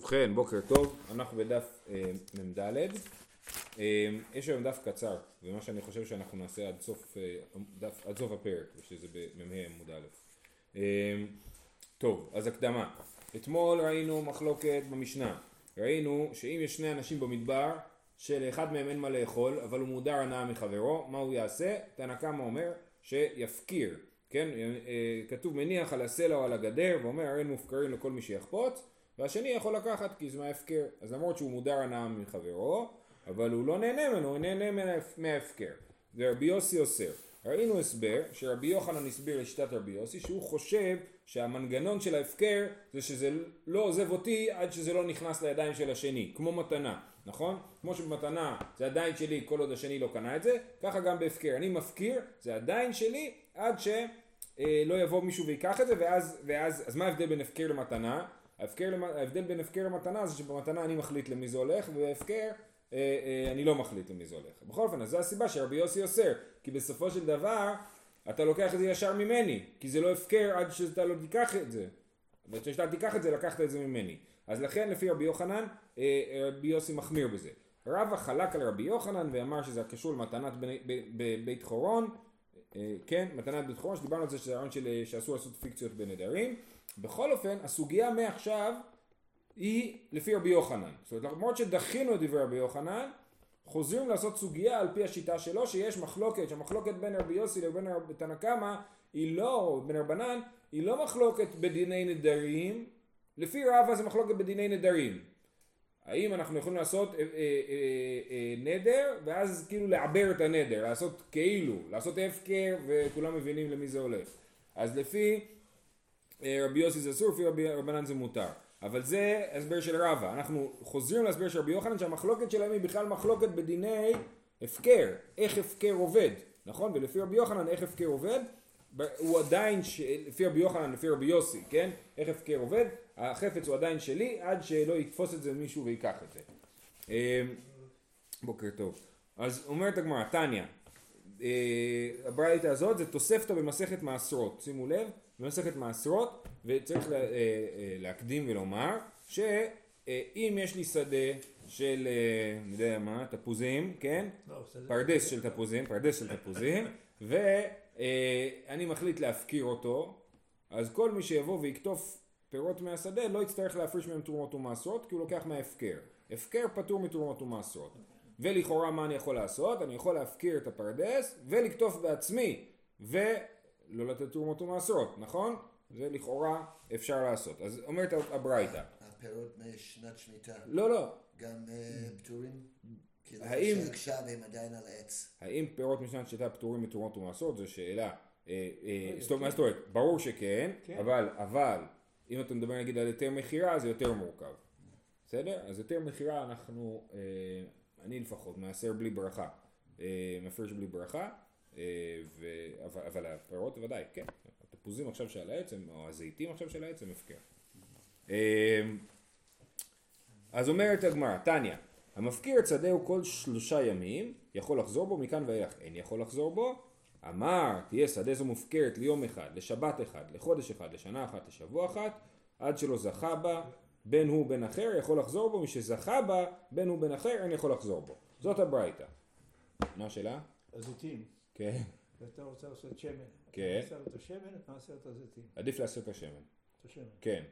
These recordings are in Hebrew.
ובכן, בוקר טוב, אנחנו בדף מ"ד. יש היום דף קצר, ומה שאני חושב שאנחנו נעשה עד סוף הפרק, ושזה במ"ה עמוד א'. טוב, אז הקדמה. אתמול ראינו מחלוקת במשנה. ראינו שאם יש שני אנשים במדבר, שלאחד מהם אין מה לאכול, אבל הוא מודר הנאה מחברו, מה הוא יעשה? תנא קמא אומר שיפקיר. כן? כתוב מניח על הסלע או על הגדר, ואומר הרי מופקרים לכל מי שיחפוץ, והשני יכול לקחת כי זה מההפקר. אז למרות שהוא מודר הנאה מחברו, אבל הוא לא נהנה ממנו, הוא נהנה מההפקר. זה רבי יוסי אוסר. ראינו הסבר שרבי יוחנן הסביר לשיטת רבי יוסי, שהוא חושב שהמנגנון של ההפקר זה שזה לא עוזב אותי עד שזה לא נכנס לידיים של השני, כמו מתנה, נכון? כמו שבמתנה זה עדיין שלי כל עוד השני לא קנה את זה, ככה גם בהפקר. אני מפקיר, זה עדיין שלי עד שלא יבוא מישהו ויקח את זה, אז מה ההבדל בין הפקר למתנה? ההבדל בין הפקר למתנה זה שבמתנה אני מחליט למי זה הולך, ובהפקר אני לא מחליט למי זה הולך. בכל אופן, אז זו הסיבה שרבי יוסי אוסר, כי בסופו של דבר אתה לוקח את זה ישר ממני, כי זה לא הפקר עד שאתה לא תיקח את זה. וכשאתה תיקח את זה, לקחת את זה ממני. אז לכן לפי רבי יוחנן, רבי יוסי מחמיר בזה. רבא חלק על רבי יוחנן ואמר שזה קשור למתנת בית חורון, כן, מתנת בית חורון, שדיברנו על זה שזה רעיון שאסור לעשות פיקציות בנדרים. בכל אופן, הסוגיה מעכשיו היא לפי רבי יוחנן. זאת אומרת, למרות שדחינו את דברי רבי יוחנן, חוזרים לעשות סוגיה על פי השיטה שלו, שיש מחלוקת, שהמחלוקת בין רבי יוסי לבין תנא קמא, היא לא, בין רבנן, היא לא מחלוקת בדיני נדרים, לפי רבא זה מחלוקת בדיני נדרים. האם אנחנו יכולים לעשות נדר, ואז כאילו לעבר את הנדר, לעשות כאילו, לעשות הפקר, וכולם מבינים למי זה הולך. אז לפי רבי יוסי זה אסור, לפי רבנן זה מותר. אבל זה הסבר של רבא. אנחנו חוזרים להסבר של רבי יוחנן שהמחלוקת שלהם היא בכלל מחלוקת בדיני הפקר. איך הפקר עובד, נכון? ולפי רבי יוחנן איך הפקר עובד? הוא עדיין, לפי רבי יוחנן, לפי רבי יוסי, כן? איך הפקר עובד? החפץ הוא עדיין שלי עד שלא יתפוס את זה מישהו ויקח את זה. בוקר טוב. אז אומרת הגמרא, תניא, הברייתא הזאת זה תוספתא במסכת מעשרות. שימו לב, במסכת מעשרות, וצריך להקדים ולומר שאם יש לי שדה של, אני יודע מה, תפוזים, כן? פרדס של תפוזים, ואני מחליט להפקיר אותו, אז כל מי שיבוא ויקטוף פירות מהשדה לא יצטרך להפריש מהם תרומות ומעשרות, כי הוא לוקח מההפקר. הפקר פטור מתרומות ומעשרות. ולכאורה מה אני יכול לעשות? אני יכול להפקיר את הפרדס ולקטוף בעצמי, ולא לתת תרומות ומעשרות, נכון? זה לכאורה אפשר לעשות. אז אומרת הברייתא. הפירות משנת שמיטה. לא. גם פטורים? האם עכשיו הם עדיין על העץ. האם פירות משנת שמיטה פטורים מתרומות ומעשרות? זו שאלה. מה זאת אומרת? ברור שכן, אבל אם אתה מדבר נגיד על יותר מחירה זה יותר מורכב. בסדר? אז יותר מחירה אני לפחות מעשר בלי ברכה. מפרש בלי ברכה. אבל הפירות ודאי, כן. התפוזים עכשיו של העץ, או הזיתים עכשיו של העץ, הם הפקר. אז אומרת הגמרא, תניא, המפקיר את שדהו כל 3 ימים, יכול לחזור בו, מכאן ואילך אין יכול לחזור בו. אמר, תהיה שדה זו מופקרת ליום אחד, לשבת אחד, לחודש אחד, לשנה אחת, לשבוע אחת, עד שלא זכה בה, בין הוא בין אחר, יכול לחזור בו, מי שזכה בה, בין הוא בין אחר, אין יכול לחזור בו. זאת הברייתא. מה השאלה? הזיתים. כן. ואתה רוצה לעשות שמן. כן. אתה מעשר את השמן, אתה מעשר את הזיתים. עדיף לעשות את השמן. את השמן. כן.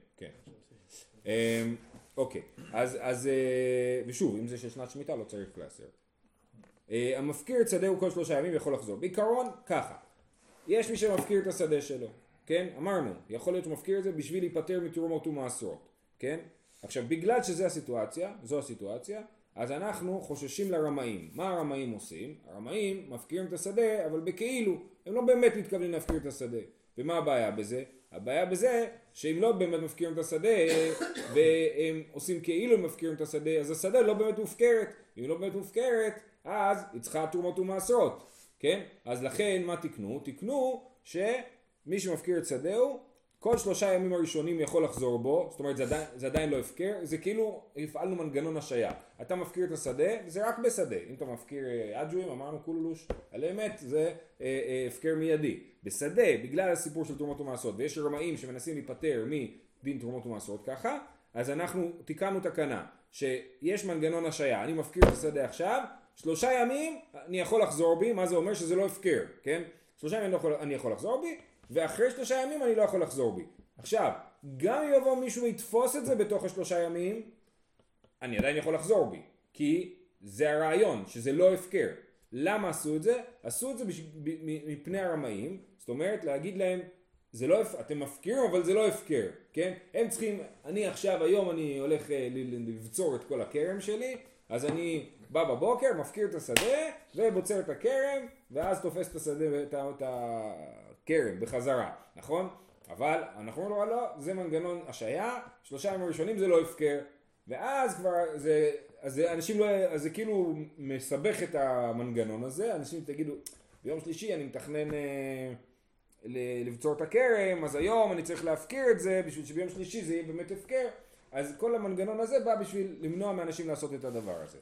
אוקיי. אז ושוב, אם זה של שנת שמיטה לא צריך לעשר. המפקיר את שדהו כל 3 ימים יכול לחזור. בעיקרון, ככה. יש מי שמפקיר את השדה שלו. כן? אמרנו, יכול להיות שמפקיר את זה בשביל להיפטר מתרומות ומעשרות. כן? עכשיו, בגלל שזו הסיטואציה, אז אנחנו חוששים לרמאים. מה הרמאים עושים? הרמאים מפקירים את השדה, אבל בכאילו. הם לא באמת מתכוונים להפקיר את השדה. ומה הבעיה בזה? הבעיה בזה שאם לא באמת מפקירים את השדה, והם עושים כאילו הם מפקירים את השדה, אז השדה לא באמת מופקרת. אם לא באמת מופקרת, אז היא צריכה תרומות ומעשרות. כן? אז לכן מה תקנו? תקנו שמי שמפקיר את שדהו, כל 3 ימים הראשונים יכול לחזור בו, זאת אומרת זה עדיין לא הפקר, זה כאילו הפעלנו מנגנון השעיה. אתה מפקיר את השדה, זה רק בשדה. אם אתה מפקיר אג'ויים, אמרנו כוללוש, על האמת זה הפקר מיידי. בשדה, בגלל הסיפור של תרומות ומעשרות, ויש רמאים שמנסים להיפטר מדין תרומות ומעשרות ככה, אז אנחנו תיקנו תקנה, שיש מנגנון השעיה, אני מפקיר את השדה עכשיו, 3 ימים אני יכול לחזור בי, מה זה אומר? שזה לא הפקר, כן? 3 ימים אני יכול לחזור בי, ואחרי 3 ימים אני לא יכול לחזור בי. עכשיו, גם אם יבוא מישהו ויתפוס את זה בתוך 3 ימים, אני עדיין יכול לחזור בי, כי זה הרעיון, שזה לא הפקר. למה עשו את זה? עשו את זה מפני הרמאים, זאת אומרת להגיד להם, אתם מפקירים אבל זה לא הפקר, כן? הם צריכים, היום אני הולך לבצור את כל הכרם שלי, אז אני בא בבוקר, מפקיר את השדה ובוצר את הכרם, ואז תופס את השדה, את הכרם בחזרה, נכון? אבל אנחנו אומרים לו, לא, זה מנגנון השעיה, 3 ימים הראשונים זה לא הפקר, ואז כבר זה כאילו מסבך את המנגנון הזה, אנשים תגידו, ביום שלישי אני מתכנן לבצור את הכרם, אז היום אני צריך להפקיר את זה, בשביל שביום שלישי זה יהיה באמת הפקר, אז כל המנגנון הזה בא בשביל למנוע מאנשים לעשות את הדבר הזה.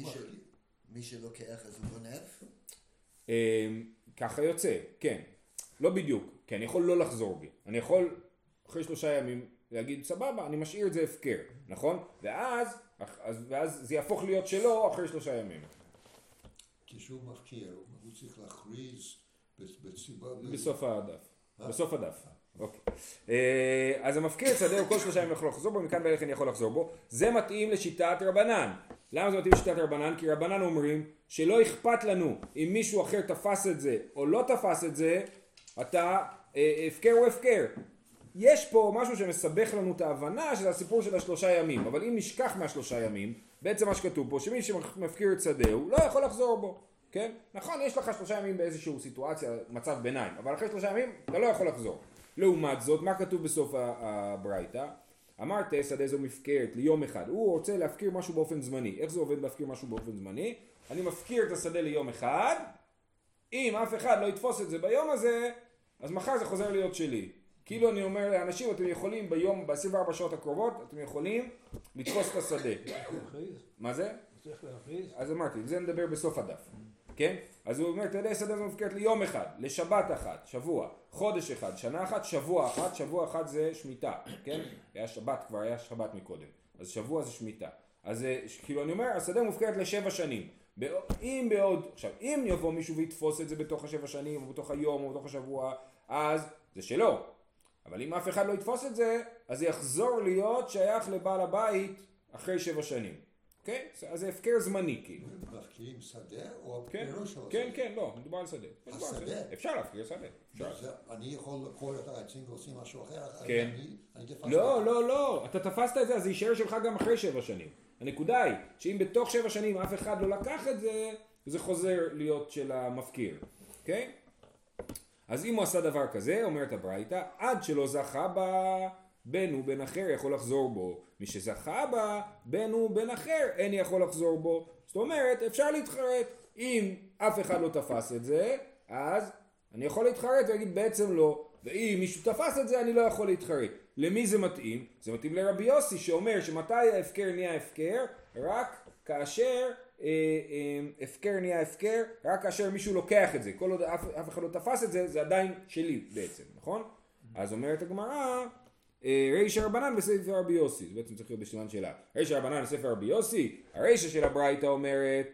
מי שלוקח אז הוא גונב? ככה יוצא, כן. לא בדיוק, כי אני יכול לא לחזור בי. אני יכול אחרי 3 ימים להגיד סבבה, אני משאיר את זה הפקר, נכון? ואז זה יהפוך להיות שלו אחרי 3 ימים. כשהוא מפקיר, הוא צריך להכריז בסיבה... בסוף הדף. אוקיי. אז המפקיר את שדה הוא כל 3 ימים יכול לחזור בו, מכאן ואילך אני יכול לחזור בו. זה מתאים לשיטת רבנן. למה זה מתאים לשיטת רבנן? כי רבנן אומרים שלא אכפת לנו אם מישהו אחר תפס את זה או לא תפס את זה, אתה הפקר הוא הפקר. יש פה משהו שמסבך לנו את ההבנה שזה הסיפור של 3 ימים, אבל אם נשכח 3 ימים, בעצם מה שכתוב פה, שמי שמפקיר את שדה הוא לא יכול לחזור בו, כן? נכון, יש לך 3 ימים באיזושהי סיטואציה, מצב ביניים, אבל אחרי 3 ימים אתה לא יכול לחזור. לעומת זאת, מה כתוב בסוף הברייתא? אמרת, שדה זו מפקרת ליום אחד, הוא רוצה להפקיר משהו באופן זמני. איך זה עובד להפקיר משהו באופן זמני? אני מפקיר את השדה ליום אחד, אם אף אחד לא יתפוס את זה ביום הזה, אז מחר זה חוזר להיות שלי. כאילו אני אומר לאנשים, אתם יכולים ב-24 שעות הקרובות, אתם יכולים לתפוס את השדה. מה זה? צריך להכריז. אז אמרתי, זה נדבר בסוף הדף. כן? אז הוא אומר, אתה יודע, שדה זו מפקרת ליום אחד, לשבת אחת, שבוע, חודש אחד, שנה אחת, שבוע אחד זה שמיטה, כן? היה שבת, כבר היה שבת מקודם, אז שבוע זה שמיטה. אז כאילו אני אומר, השדה מופקרת ל7 שנים. אם יבוא מישהו ויתפוס את זה בתוך 7 שנים, או בתוך היום, או בתוך השבוע, אז זה שלו. אבל אם אף אחד לא יתפוס את זה, אז זה יחזור להיות שייך לבעל הבית אחרי 7 שנים. אוקיי? אז זה הפקר זמני כאילו. מפקירים שדה או כן, פירוש של כן, כן, לא, מדובר על שדה. השדה? אפשר להפקיר שדה. אני יכול לקרוא את העצים ועושים משהו אחר? כן. אני תפסתי. לא, אתה תפסת את זה, אז זה יישאר שלך גם אחרי 7 שנים. הנקודה היא, שאם בתוך 7 שנים אף אחד לא לקח את זה, זה חוזר להיות של המפקיר. אוקיי? אז אם הוא עשה דבר כזה, אומרת הברייתא, עד שלא זכה בה, בן הוא בן אחר יכול לחזור בו. מי שזכה בה, בן הוא בן אחר אין יכול לחזור בו. זאת אומרת, אפשר להתחרט. אם אף אחד לא תפס את זה, אז אני יכול להתחרט ולהגיד בעצם לא. ואם מישהו תפס את זה, אני לא יכול להתחרט. למי זה מתאים? זה מתאים לרבי יוסי שאומר שמתי ההפקר נהיה הפקר? רק כאשר הפקר נהיה הפקר, רק כאשר מישהו לוקח את זה. כל עוד אף אחד לא תפס את זה, זה עדיין שלי בעצם, נכון? אז אומרת הגמרא, רישא רבנן בספר רבי יוסי, זה בעצם צריך להיות בסימן שאלה. רישא רבנן בספר רבי יוסי, הרישא של הברייתא אומרת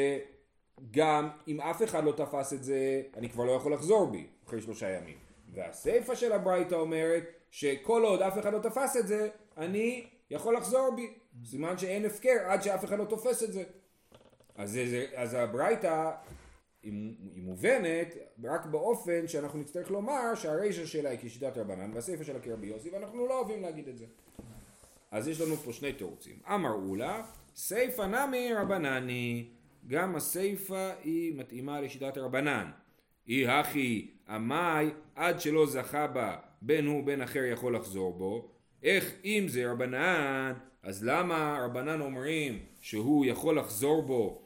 שגם אם אף אחד לא תפס את זה, אני כבר לא יכול לחזור בי אחרי 3 ימים. והסיפא של הברייתא אומרת שכל עוד אף אחד לא תפס את זה, אני יכול לחזור בי. סימן שאין הפקר עד שאף אחד לא תופס את זה. אז הברייתא היא מובנת רק באופן שאנחנו נצטרך לומר שהרישא שלה היא כשיטת רבנן והסיפא שלה כרבי יוסי, ואנחנו לא אוהבים להגיד את זה. אז יש לנו פה 2 תירוצים. אמר אולה, סיפא נמי רבנני, גם הסיפא היא מתאימה לשיטת רבנן. היא הכי אמי עד שלא זכה בה בן הוא בן אחר יכול לחזור בו. איך אם זה רבנן, אז למה רבנן אומרים שהוא יכול לחזור בו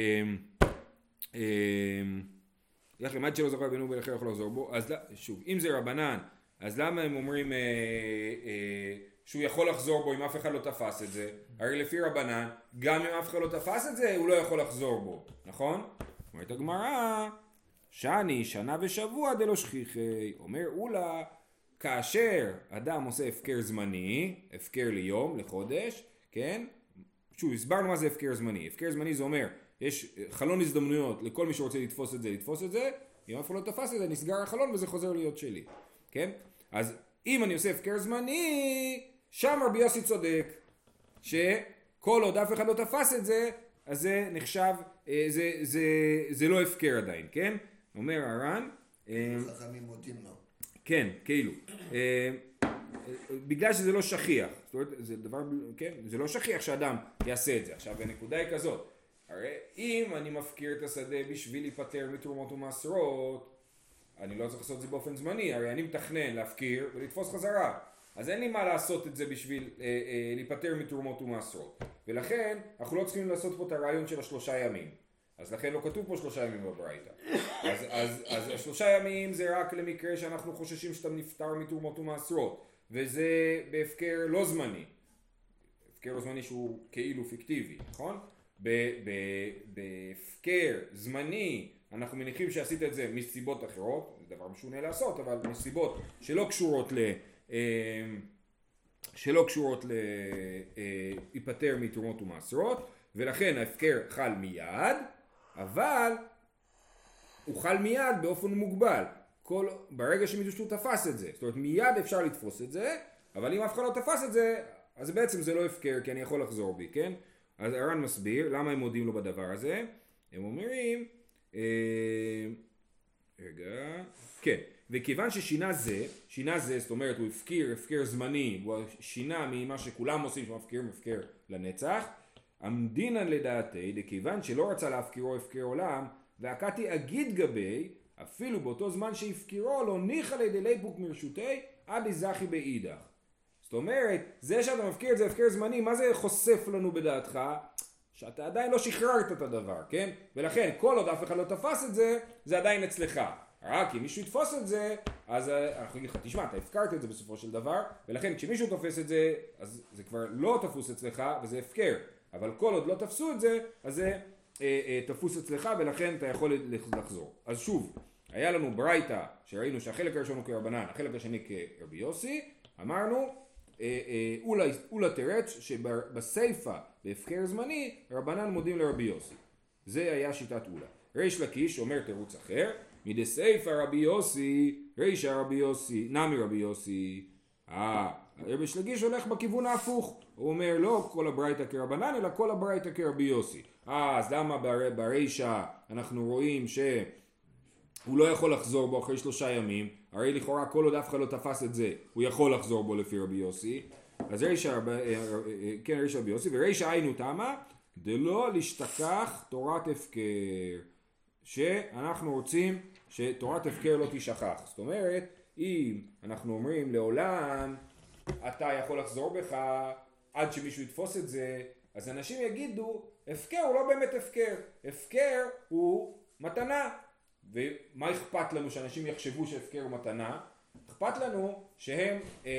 לכם עד שלא זכה בן הוא בן אחר יכול לחזור בו? אז שוב, אם זה רבנן, אז למה הם אומרים שהוא יכול לחזור בו אם אף אחד לא תפס את זה? הרי לפי רבנן, גם אם אף אחד לא תפס את זה, הוא לא יכול לחזור בו, נכון? אומרת הגמרא, שני, שנה ושבוע דלא שכיחי, אומר אולה, כאשר אדם עושה הפקר זמני, הפקר ליום, לחודש, כן? שוב, הסברנו מה זה הפקר זמני. הפקר זמני זה אומר, יש חלון הזדמנויות לכל מי שרוצה לתפוס את זה, לתפוס את זה, אם אף לא תפס את זה, נסגר החלון וזה חוזר להיות שלי, כן? אז אם אני עושה הפקר זמני, שם רבי יוסי צודק, שכל עוד אף אחד לא תפס את זה, אז זה נחשב, זה לא הפקר עדיין, כן? אומר הר"ן, חכמים מודים לו. כן, כאילו, בגלל שזה לא שכיח, זאת אומרת, זה דבר, כן, זה לא שכיח שאדם יעשה את זה. עכשיו, הנקודה היא כזאת, הרי אם אני מפקיר את השדה בשביל להיפטר מתרומות ומעשרות, אני לא צריך לעשות את זה באופן זמני, הרי אני מתכנן להפקיר ולתפוס חזרה, אז אין לי מה לעשות את זה בשביל להיפטר מתרומות ומעשרות, ולכן אנחנו לא צריכים לעשות פה את הרעיון של 3 ימים. אז לכן לא כתוב פה 3 ימים בברייתא. אז 3 ימים זה רק למקרה שאנחנו חוששים שאתה נפטר מתרומות ומעשרות, וזה בהפקר לא זמני. הפקר לא זמני שהוא כאילו פיקטיבי, נכון? בהפקר זמני אנחנו מניחים שעשית את זה מסיבות אחרות, זה דבר משונה לעשות, אבל מסיבות שלא קשורות להיפטר מתרומות ומעשרות, ולכן ההפקר חל מיד, אבל הוא חל מיד באופן מוגבל. ברגע שמישהו תפס את זה, זאת אומרת מיד אפשר לתפוס את זה, אבל אם אף אחד לא תפס את זה, אז בעצם זה לא הפקר, כי אני יכול לחזור בי, כן? אז הר"ן מסביר למה הם מודים לו בדבר הזה. הם אומרים, כן, וכיוון ששינה זה, זאת אומרת הוא הפקר זמני, הוא שינה ממה שכולם עושים שמפקר לנצח, עמדינן לדעתי, דכיוון שלא רצה להפקירו הפקר עולם, והקתי אגיד גבי, אפילו באותו זמן שהפקירו לא ניחא לידי ליפוק מרשותי, אבי זכי באידך. זאת אומרת, זה שאתה מפקיר את זה הפקר זמני, מה זה חושף לנו בדעתך? שאתה עדיין לא שחררת את הדבר, כן? ולכן כל עוד אף אחד לא תפס את זה, זה עדיין אצלך. רק אם מישהו יתפוס את זה, אז אנחנו נגיד לך, תשמע, אתה הפקרת את זה בסופו של דבר, ולכן כשמישהו תופס את זה, אז זה כבר לא תפוס אצלך, וזה הפקר. אבל כל עוד לא תפסו את זה, אז זה תפוס אצלך, ולכן אתה יכול לחזור. אז שוב, היה לנו ברייתא, שראינו שהחלק הראשון הוא כרבנן, החלק השני כרבי יוסי, אמרנו, אולה תרץ שבסייפה, בהפקר זמני, רבנן מודים לרבי יוסי. זה היה שיטת אולה. ריש לקיש אומר תירוץ אחר, מדי סייפה רבי יוסי, רישה רבי יוסי, נמי רבי יוסי. ריש לקיש הולך בכיוון ההפוך, הוא אומר לא כל הברייתא כרבנן, אלא כל הברייתא כרבי יוסי. אז למה ברישה אנחנו רואים שהוא לא יכול לחזור בו אחרי 3 ימים, הרי לכאורה כל עוד אף אחד לא תפס את זה, הוא יכול לחזור בו לפי רבי יוסי. אז רישה רבי יוסי, ורישה היינו תמה, דלא להשתכח תורת הפקר, שאנחנו רוצים שתורת הפקר לא תשכח. זאת אומרת, אם אנחנו אומרים לעולם, אתה יכול לחזור בך עד שמישהו יתפוס את זה, אז אנשים יגידו, הפקר הוא לא באמת הפקר, הפקר הוא מתנה. ומה אכפת לנו שאנשים יחשבו שהפקר הוא מתנה? אכפת לנו שהם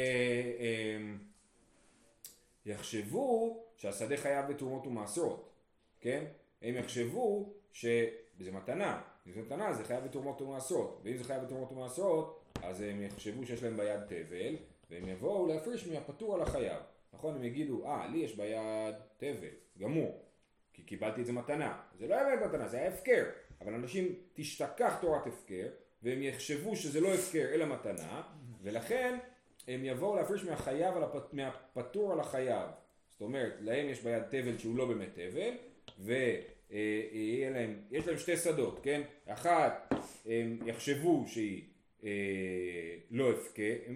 יחשבו שהשדה חייב בתרומות ומעשרות, כן? הם יחשבו שזה מתנה, אם זה מתנה זה חייב בתרומות ומעשרות, ואם זה חייב בתרומות ומעשרות אז הם יחשבו שיש להם ביד תבל, והם יבואו להפריש מהפטור על החייב, נכון? הם יגידו, לי יש ביד תבל, גמור, כי קיבלתי את זה מתנה. זה לא היה מתנה, זה היה הפקר, אבל אנשים תשתכח תורת הפקר, והם יחשבו שזה לא הפקר אלא מתנה, ולכן הם יבואו להפריש מהפטור על החייב. זאת אומרת, להם יש ביד תבל שהוא לא באמת תבל, ויש להם 2 שדות, כן? אחת, הם יחשבו שהיא לא הפקר, הם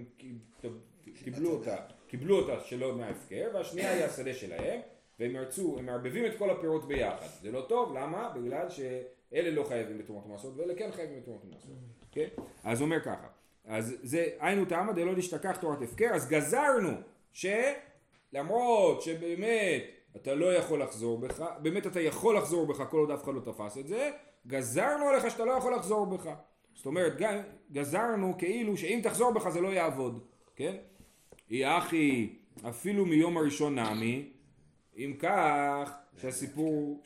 קיבלו אותה שלא מההפקר, והשנייה היא השדה שלהם, והם מערבבים את כל הפירות ביחד. זה לא טוב, למה? בגלל שאלה לא חייבים בתרומות ומעשרות, ואלה כן חייבים בתרומות ומעשרות. כן? אז הוא אומר ככה, אז זה היינו טעמה דלא להשתכח תורת הפקר, אז גזרנו שלמרות שבאמת אתה לא יכול לחזור בך, באמת אתה יכול לחזור בך כל עוד אף אחד לא תפס את זה, גזרנו עליך שאתה לא יכול לחזור בך. זאת אומרת, גזרנו כאילו שאם תחזור בך זה לא יעבוד, כן? אחי, אפילו מיום הראשון נמי, אם כך, שהסיפור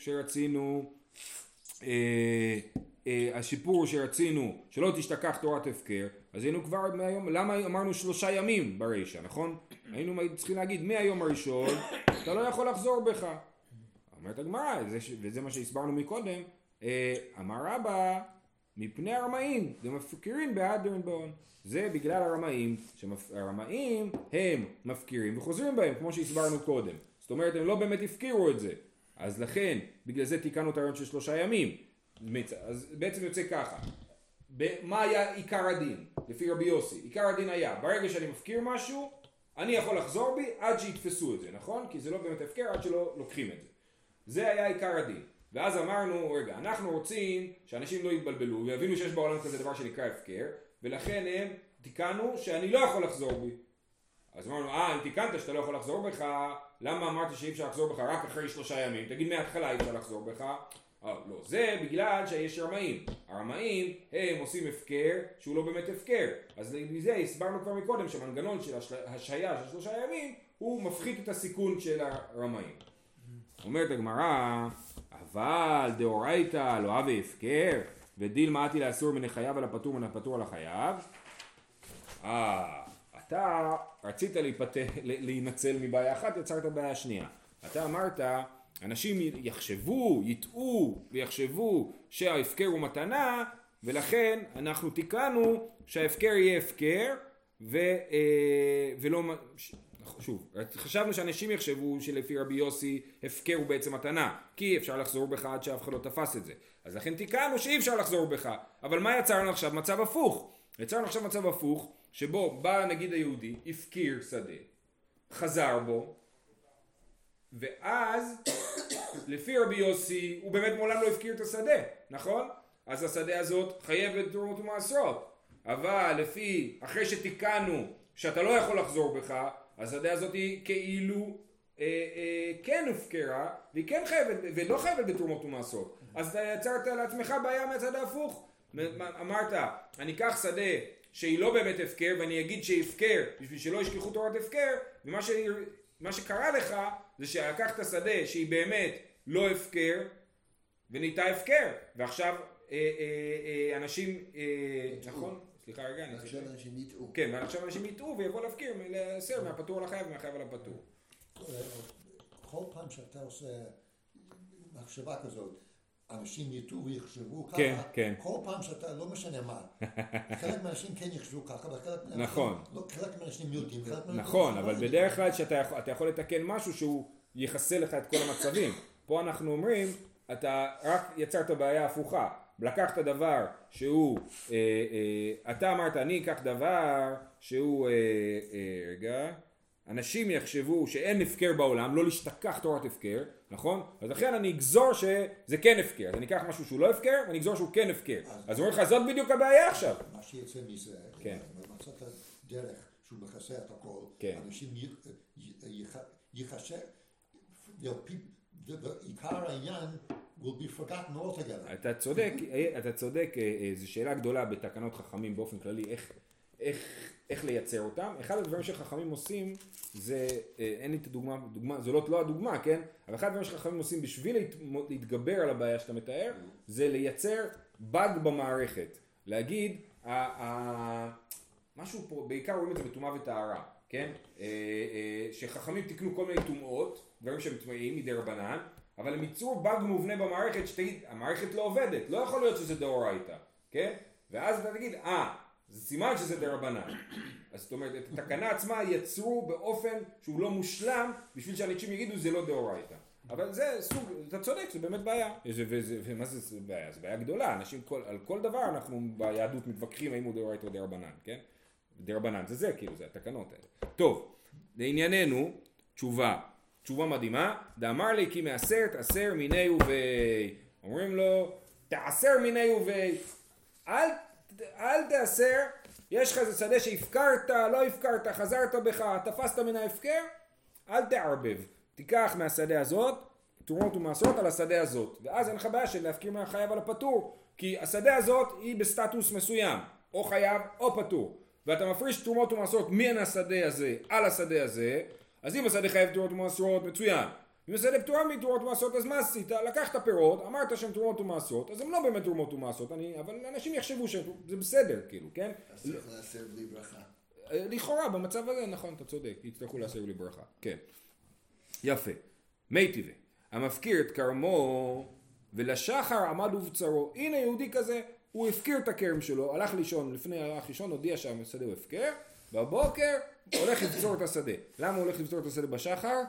שרצינו שלא תשתכח תורת הפקר, אז היינו כבר מהיום, למה אמרנו 3 ימים ברישה, נכון? היינו צריכים להגיד מהיום הראשון אתה לא יכול לחזור בך. אומרת הגמרא, וזה מה שהסברנו מקודם, אמר רבא מפני הרמאים, זה מפקירים בהדרן בהון. זה בגלל הרמאים, שהרמאים הם מפקירים וחוזרים בהם, כמו שהסברנו קודם. זאת אומרת, הם לא באמת הפקירו את זה. אז לכן, בגלל זה תיקנו את הרעיון של 3 ימים. אז בעצם יוצא ככה. מה היה עיקר הדין? לפי רבי יוסי. עיקר הדין היה, ברגע שאני מפקיר משהו, אני יכול לחזור בי עד שיתפסו את זה, נכון? כי זה לא באמת הפקר עד שלא לוקחים את זה. זה היה עיקר הדין. ואז אמרנו, רגע, אנחנו רוצים שאנשים לא יתבלבלו ויבינו שיש בעולם כזה דבר שנקרא הפקר, ולכן הם תיקנו שאני לא יכול לחזור בי. אז אמרנו, אם תיקנת שאתה לא יכול לחזור בך, למה אמרת שאי אפשר לחזור בך רק אחרי 3 ימים? תגיד מההתחלה אי אפשר לחזור בך. לא, זה בגלל שיש רמאים. הרמאים הם עושים הפקר שהוא לא באמת הפקר. אז מזה הסברנו כבר מקודם שהמנגנון של השהיה של 3 ימים הוא מפחית את הסיכון של הרמאים. אומרת הגמרא, אבל דאורייתא לא הווה הפקר ודיל מעתי לאסור מן החייב על הפטור מן הפטור על החייב. אתה רצית להינצל מבעיה אחת, יצרת בעיה שנייה. אתה אמרת, אנשים יטעו ויחשבו שההפקר הוא מתנה, ולכן אנחנו תיקנו שההפקר יהיה הפקר, ולא... שוב, חשבנו שאנשים יחשבו שלפי רבי יוסי הפקר הוא בעצם מתנה, כי אפשר לחזור בך עד שאף אחד לא תפס את זה. אז לכן תיקנו שאי אפשר לחזור בך. אבל מה יצרנו עכשיו? מצב הפוך. יצרנו עכשיו מצב הפוך, שבו בא נגיד היהודי, הפקיר שדה, חזר בו, ואז לפי רבי יוסי הוא באמת מעולם לא הפקיר את השדה, נכון? אז השדה הזאת חייבת תרומות ומעשרות. אבל לפי, אחרי שתיקנו שאתה לא יכול לחזור בך, השדה הזאת היא כאילו כן הופקרה, והיא כן חייבת, ולא חייבת בתרומות ומעשרות. אז אתה יצרת לעצמך בעיה מהצד ההפוך. אמרת, אני אקח שדה שהיא לא באמת הפקר, ואני אגיד שהיא הפקר, בשביל שלא ישכחו תורת הפקר, ומה שקרה לך, זה שלקחת שדה שהיא באמת לא הפקר, ונהייתה הפקר, ועכשיו אנשים, נכון? סליחה רגע, אני עכשיו אנשים יטעו. כן, ועכשיו אנשים יטעו ויבואו להפקיר, להסר מהפטור על החייב ומהחייב על הפטור. כל פעם שאתה עושה מחשבה כזאת, אנשים יטעו ויחשבו ככה, כן, כן. כל פעם שאתה, לא משנה מה, חלק מהאנשים כן יחשבו ככה, וחלק נכון. חלק מהאנשים יודעים, חלק מהאנשים נכון, אבל בדרך כלל שאתה יכול לתקן משהו שהוא יחסה לך את כל המצבים. פה אנחנו אומרים, אתה רק יצרת בעיה הפוכה. לקחת דבר שהוא, אתה אמרת אני אקח דבר שהוא, רגע, אנשים יחשבו שאין הפקר בעולם, לא להשתכח תורת הפקר, נכון? אז לכן אני אגזור שזה כן הפקר, אז אני אקח משהו שהוא לא הפקר ואני אגזור שהוא כן הפקר. אז אומר לך זאת בדיוק הבעיה עכשיו. מה שיצא מזה, כן. מצאת דרך שהוא מכסה את הכל, כן. אנשים יחשב, עיקר העניין will be forgotten altogether. אתה צודק, זו שאלה גדולה בתקנות חכמים באופן כללי, איך לייצר אותם. אחד הדברים שחכמים עושים, זה, אין לי את הדוגמה, זו לא הדוגמה, כן? אבל אחד הדברים שחכמים עושים בשביל להתגבר על הבעיה שאתה מתאר, זה לייצר באג במערכת. להגיד, משהו פה, בעיקר רואים את זה בטומאה וטהרה, כן? שחכמים תקנו כל מיני טומאות, דברים שהם טמאים מדי רבנן, אבל הם ייצרו באג מובנה במערכת שתגיד, המערכת לא עובדת, לא יכול להיות שזה דאורייתא, כן? ואז אתה תגיד, זה סימן שזה דרבנן. אז זאת אומרת, את התקנה עצמה יצרו באופן שהוא לא מושלם, בשביל שאנשים יגידו זה לא דאורייתא. אבל זה סוג, אתה צודק, זה באמת בעיה. ומה זה בעיה? זה בעיה גדולה. אנשים על כל דבר אנחנו ביהדות מתווכחים האם הוא דאורייתא או דרבנן, כן? דרבנן זה כאילו, זה התקנות האלה. טוב, לענייננו, תשובה מדהימה. דאמר לי כי מעשרת עשר מיני ובי. אומרים לו, תעשר מיני ובי. אל תעשר, יש לך איזה שדה שהפקרת, לא הפקרת, חזרת בך, תפסת מן ההפקר, אל תערבב. תיקח מהשדה הזאת, תרומות ומעשרות על השדה הזאת. ואז אין לך בעיה של להפקיר מהחייב על הפטור. כי השדה הזאת היא בסטטוס מסוים, או חייב או פטור. ואתה מפריש תרומות ומעשרות מן השדה הזה על השדה הזה, אז אם השדה חייב תרומות ומעשרות, מצוין. אם השדה פטורה מתרומות ומעשרות, אז מה עשית? לקחת פירות, אמרת שהן תרומות ומעשרות, אז הן לא באמת תרומות ומעשרות, אבל אנשים יחשבו שזה בסדר, כאילו, כן? אז צריך לעשר בלי ברכה. לכאורה, במצב הזה, נכון, אתה צודק, יצטרכו לעשר בלי ברכה, כן. יפה. מי טבעי, המפקיר את כרמו ולשחר עמד ובצרו. הנה יהודי כזה, הוא הפקיר את הכרם שלו, הלך לישון, לפני הלך לישון, הודיע שהשדה הוא הפקר, בבוקר הולך לבצור את השדה. למה הוא הולך לבצור את השדה בשחר?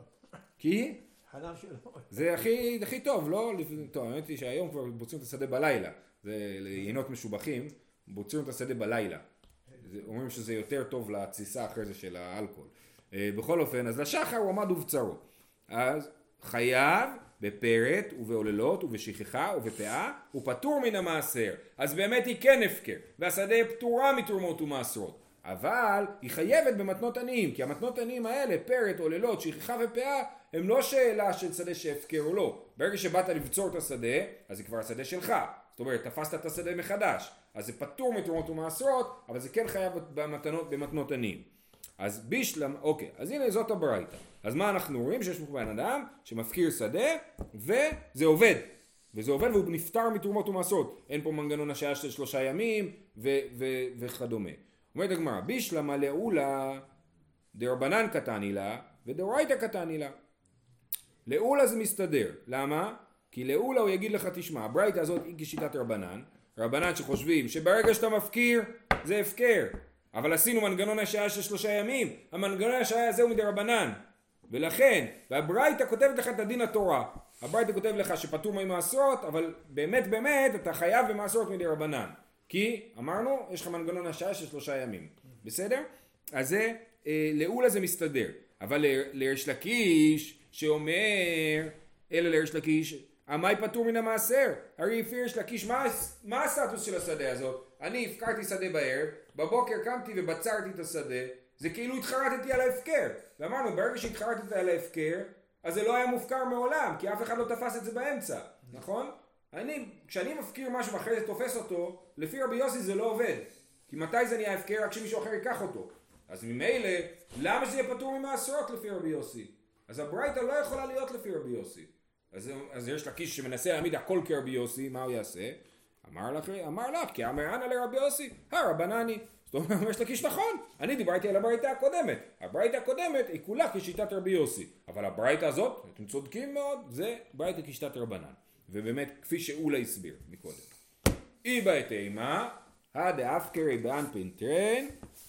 כי? חלם שלו. זה הכי טוב, לא? טוב, האמת היא שהיום כבר בוצרים את השדה בלילה. זה ליינות משובחים, בוצרים את השדה בלילה. אומרים שזה יותר טוב לתסיסה אחרי זה של האלכוהול. בכל אופן, אז לשחר הוא עמד ובצרו. אז חייב בפרט ובעוללות ובשכחה ובפאה, הוא פטור מן המעשר. אז באמת היא כן הפקר, והשדה פטורה מתרומות ומעשרות. אבל היא חייבת במתנות עניים, כי המתנות עניים האלה, פרט, עוללות, שכחה ופאה, הם לא שאלה של שדה שהפקר או לא. ברגע שבאת לבצור את השדה, אז זה כבר השדה שלך. זאת אומרת, תפסת את השדה מחדש. אז זה פטור מתרומות ומעשרות, אבל זה כן חייב במתנות עניים. אז בישלם, אוקיי, אז הנה זאת הברייתא. אז מה אנחנו רואים? שיש פה בן אדם שמפקיר שדה, וזה עובד. וזה עובד והוא נפטר מתרומות ומעשרות. אין פה מנגנון השעה של 3 ימים וכדומה. אומרת הגמרא, בישלמה לעולה דרבנן קטני לה ודאורייתא קטני לה. לעולה זה מסתדר. למה? כי לעולה הוא יגיד לך, תשמע, הברייתא הזאת היא כשיטת רבנן. רבנן שחושבים שברגע שאתה מפקיר זה הפקר. אבל עשינו מנגנון השעה של 3 ימים. המנגנון השעה הזה הוא מדרבנן. ולכן, והברייתא כותבת לך את הדין התורה. הברייתא כותב לך שפטור ממעשרות, אבל באמת אתה חייב במעשרות מדרבנן. כי, אמרנו, יש לך מנגנון השעה של 3 ימים. בסדר? אז זה, לעולה זה מסתדר. אבל לריש לקיש שאומר, אלא לריש לקיש, המאי פטור מן המעשר? הרי לפי ריש לקיש, מה הסטטוס של השדה הזאת? אני הפקרתי שדה בערב, בבוקר קמתי ובצרתי את השדה, זה כאילו התחרטתי על ההפקר. ואמרנו, ברגע שהתחרטתי על ההפקר, אז זה לא היה מופקר מעולם, כי אף אחד לא תפס את זה באמצע, נכון? כשאני מפקיר משהו ואחרי זה תופס אותו, לפי רבי יוסי זה לא עובד. כי מתי זה נהיה הפקר? רק שמישהו אחר ייקח אותו. אז ממילא, למה שזה יהיה פטור ממעשרות לפי רבי יוסי? אז הברייתא לא יכולה להיות לפי רבי יוסי. אז יש לקיש שמנסה להעמיד הכל כרבי יוסי, מה הוא יעשה? אמר לך, כי אמרנה לרבי יוסי, הרבנני. זאת אומרת, יש לקיש נכון, אני דיברתי על הברייתא הקודמת. הברייתא הקודמת היא כולה כשיטת רבי יוסי. אבל הברייתא הזאת, אתם צודקים מאוד, זה ברייתא כשיטת רבנן. ובאמת, כפי שאולה הסביר מקודם. אי בהתאמה, הדאפקרי באנפינטרן,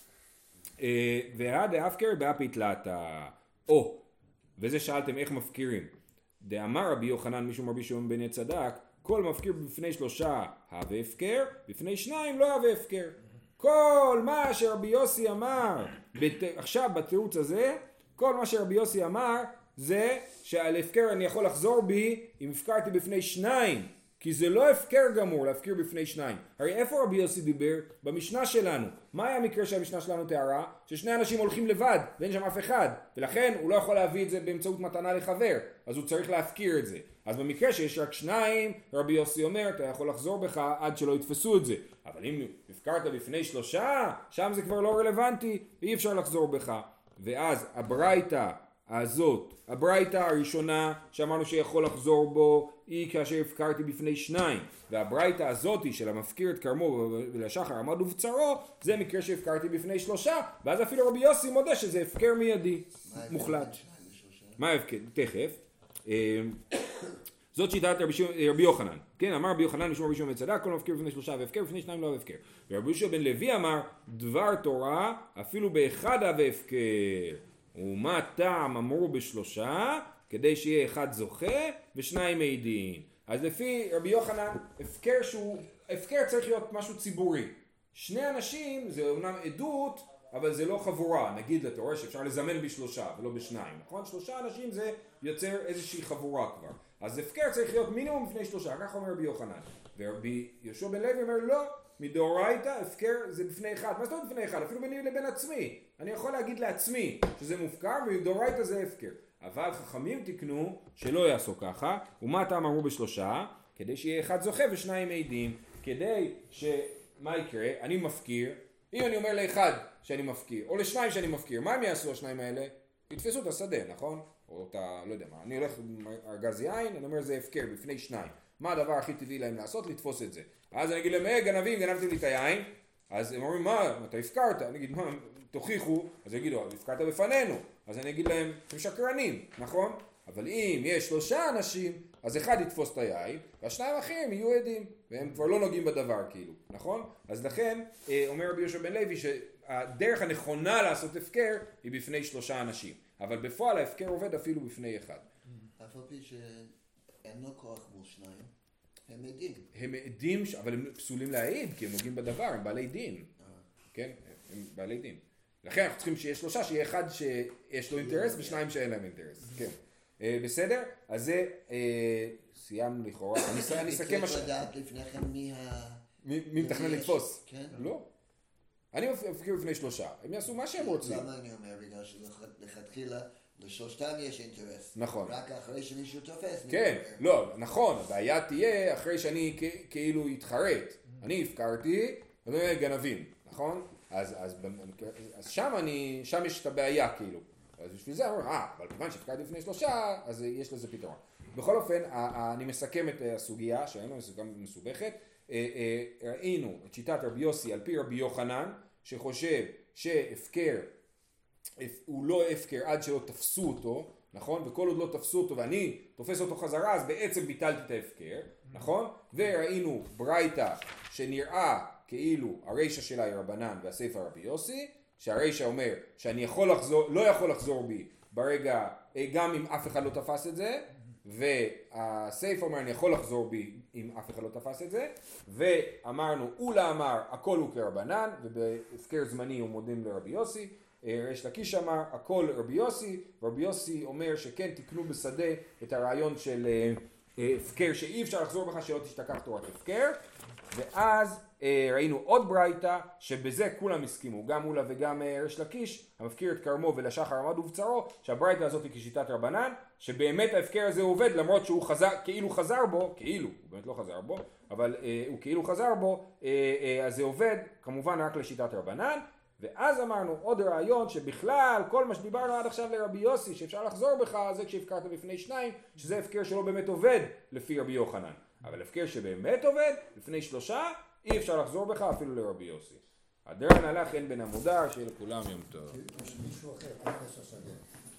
והדאפקרי באפיתלתא. וזה שאלתם איך מפקירים. דאמר רבי יוחנן משום רבי שמעון בן צדק, כל מפקיר בפני 3 הווה הפקר, בפני 2 לא הווה הפקר. כל מה שרבי יוסי אמר, עכשיו בתירוץ הזה, כל מה שרבי יוסי אמר, זה שעל הפקר אני יכול לחזור בי אם הפקרתי בפני 2, כי זה לא הפקר גמור להפקיר בפני 2. הרי איפה רבי יוסי דיבר? במשנה שלנו. מה היה המקרה שהמשנה שלנו תיארה? ששני אנשים הולכים לבד ואין שם אף אחד, ולכן הוא לא יכול להביא את זה באמצעות מתנה לחבר, אז הוא צריך להפקיר את זה. אז במקרה שיש רק 2, רבי יוסי אומר, אתה יכול לחזור בך עד שלא יתפסו את זה. אבל אם הפקרת בפני 3, שם זה כבר לא רלוונטי, אי אפשר לחזור בך. ואז הברייתא הזאת, הברייתא הראשונה שאמרנו שיכול לחזור בו, היא כאשר הפקרתי בפני 2. והברייתא הזאת של המפקיר את כרמו ולשחר עמד ובצרו, זה מקרה שהפקרתי בפני 3, ואז אפילו רבי יוסי מודה שזה הפקר מיידי, מוחלט. מה ההפקר? תכף. זאת שיטת רבי יוחנן. כן, אמר רבי יוחנן משום רבי שמעון בן צדק, כל מפקיר בפני 3 והפקר, בפני 2 לא הפקר. ורבי יהושע בן לוי אמר, דבר תורה אפילו באחד הווה הפקר. ומה טעם אמרו ב3, כדי שיהיה 1 זוכה ו2 מעידים. אז לפי רבי יוחנן, הפקר צריך להיות משהו ציבורי. 2 אנשים זה אומנם עדות, אבל זה לא חבורה. נגיד אתה רואה שאפשר לזמן ב3 ולא ב2. נכון? 3 אנשים זה יוצר איזושהי חבורה כבר. אז הפקר צריך להיות מינימום בפני 3, כך אומר רבי יוחנן. ורבי יהושע בן לוי אומר לא, מדאורייתא הפקר זה בפני 1. מה זאת אומרת בפני 1? אפילו ביני לבין עצמי. אני יכול להגיד לעצמי שזה מופקר, ומדאורייתא זה הפקר. אבל חכמים תקנו שלא יעשו ככה, ומה טעם אמרו ב3? כדי שיהיה 1 זוכה ו2 מעידים. כדי מה יקרה? אני מפקיר. אם אני אומר ל1 שאני מפקיר, או ל2 שאני מפקיר, מה הם יעשו השניים האלה? יתפסו את השדה, נכון? או אתה, לא יודע מה, אני הולך עם ארגז יין, אני אומר זה הפקר בפני שניים. מה הדבר הכי טבעי להם לעשות? לתפוס את זה. אז אני אגיד להם, גנבים, גנבתם לי את היין. אז הם אומרים, מה, אתה הפקרת? אני אגיד, מה, תוכיחו. אז יגידו, הפקרת בפנינו. אז אני אגיד להם, אתם שקרנים, נכון? אבל אם יש 3 אנשים, אז אחד יתפוס את היין, והשניים אחרים יהיו עדים, והם כבר לא נוגעים בדבר כאילו, נכון? אז לכן, אומר רבי יהושע בן לוי, שהדרך הנכונה לעשות הפקר היא בפני 3 אנשים. אבל בפועל ההפקר עובד אפילו בפני אחד. אף על פי שאין לו כוח מול 2, הם עדים. הם עדים, אבל הם פסולים להעיד, כי הם נוגעים בדבר, הם בעלי דין. כן? הם בעלי דין. לכן אנחנו צריכים שיהיה 3, שיהיה אחד שיש לו אינטרס ושניים שאין להם אינטרס. כן. בסדר? אז זה סיימנו לכאורה. אני אסכם צריך לדעת לפני כן מי מתכנן לתפוס. כן? לא. אני מפקיר לפני 3. הם יעשו מה שהם רוצים. למה אני אומר? בגלל שלכתחילה לשלושתם יש אינטרס. נכון. רק אחרי שמישהו תופס. כן, לא, נכון. הבעיה תהיה אחרי שאני כאילו התחרט. אני הפקרתי, אני אומר גנבים, נכון? אז שם יש את הבעיה כאילו. אז בשביל זה אמרו, אבל כיוון שהפקרתי לפני 3, אז יש לזה פתרון. בכל אופן, אני מסכם את הסוגיה, שהיינו מסובכת. ראינו את שיטת רבי יוסי על פי רבי יוחנן, שחושב שהפקר הוא לא הפקר עד שלא תפסו אותו, נכון? וכל עוד לא תפסו אותו ואני תופס אותו חזרה, אז בעצם ביטלתי את ההפקר, נכון? וראינו ברייתא שנראה כאילו הרישא שלה היא רבנן והסייפא רבי יוסי, שהרישא אומר שאני לא יכול לחזור בי ברגע, גם אם אף אחד לא תפס את זה, והסייפא אומר אני יכול לחזור בי אם אף אחד לא תפס את זה, ואמרנו אולה אמר הכל הוא כרבנן, ובהפקר זמני הוא מודים לרבי יוסי, ריש לקיש אמר הכל רבי יוסי, ורבי יוסי אומר שכן תקנו בשדה את הרעיון של הפקר שאי אפשר לחזור בך שלא תשתכח תורת הפקר. ואז ראינו עוד ברייתא שבזה כולם הסכימו, גם אולה וגם ריש לקיש, המפקיר את כרמו ולשחר עמד ובצרו, שהברייתא הזאת היא כשיטת רבנן, שבאמת ההפקר הזה עובד למרות שהוא כאילו חזר בו, הוא באמת לא חזר בו, אבל הוא כאילו חזר בו, אז זה עובד כמובן רק לשיטת רבנן. ואז אמרנו עוד רעיון שבכלל כל מה שדיברנו עד עכשיו לרבי יוסי שאפשר לחזור בך זה כשהפקרת בפני 2, שזה הפקר שלא באמת עובד לפי רבי יוחנן, אבל הפקר שבאמת עובד לפני 3 אי אפשר לחזור בך אפילו לרבי יוסי. הדרן הלך אין בן המודר, שיהיה לכולם יום טוב. מישהו אחר, פנחס השדה.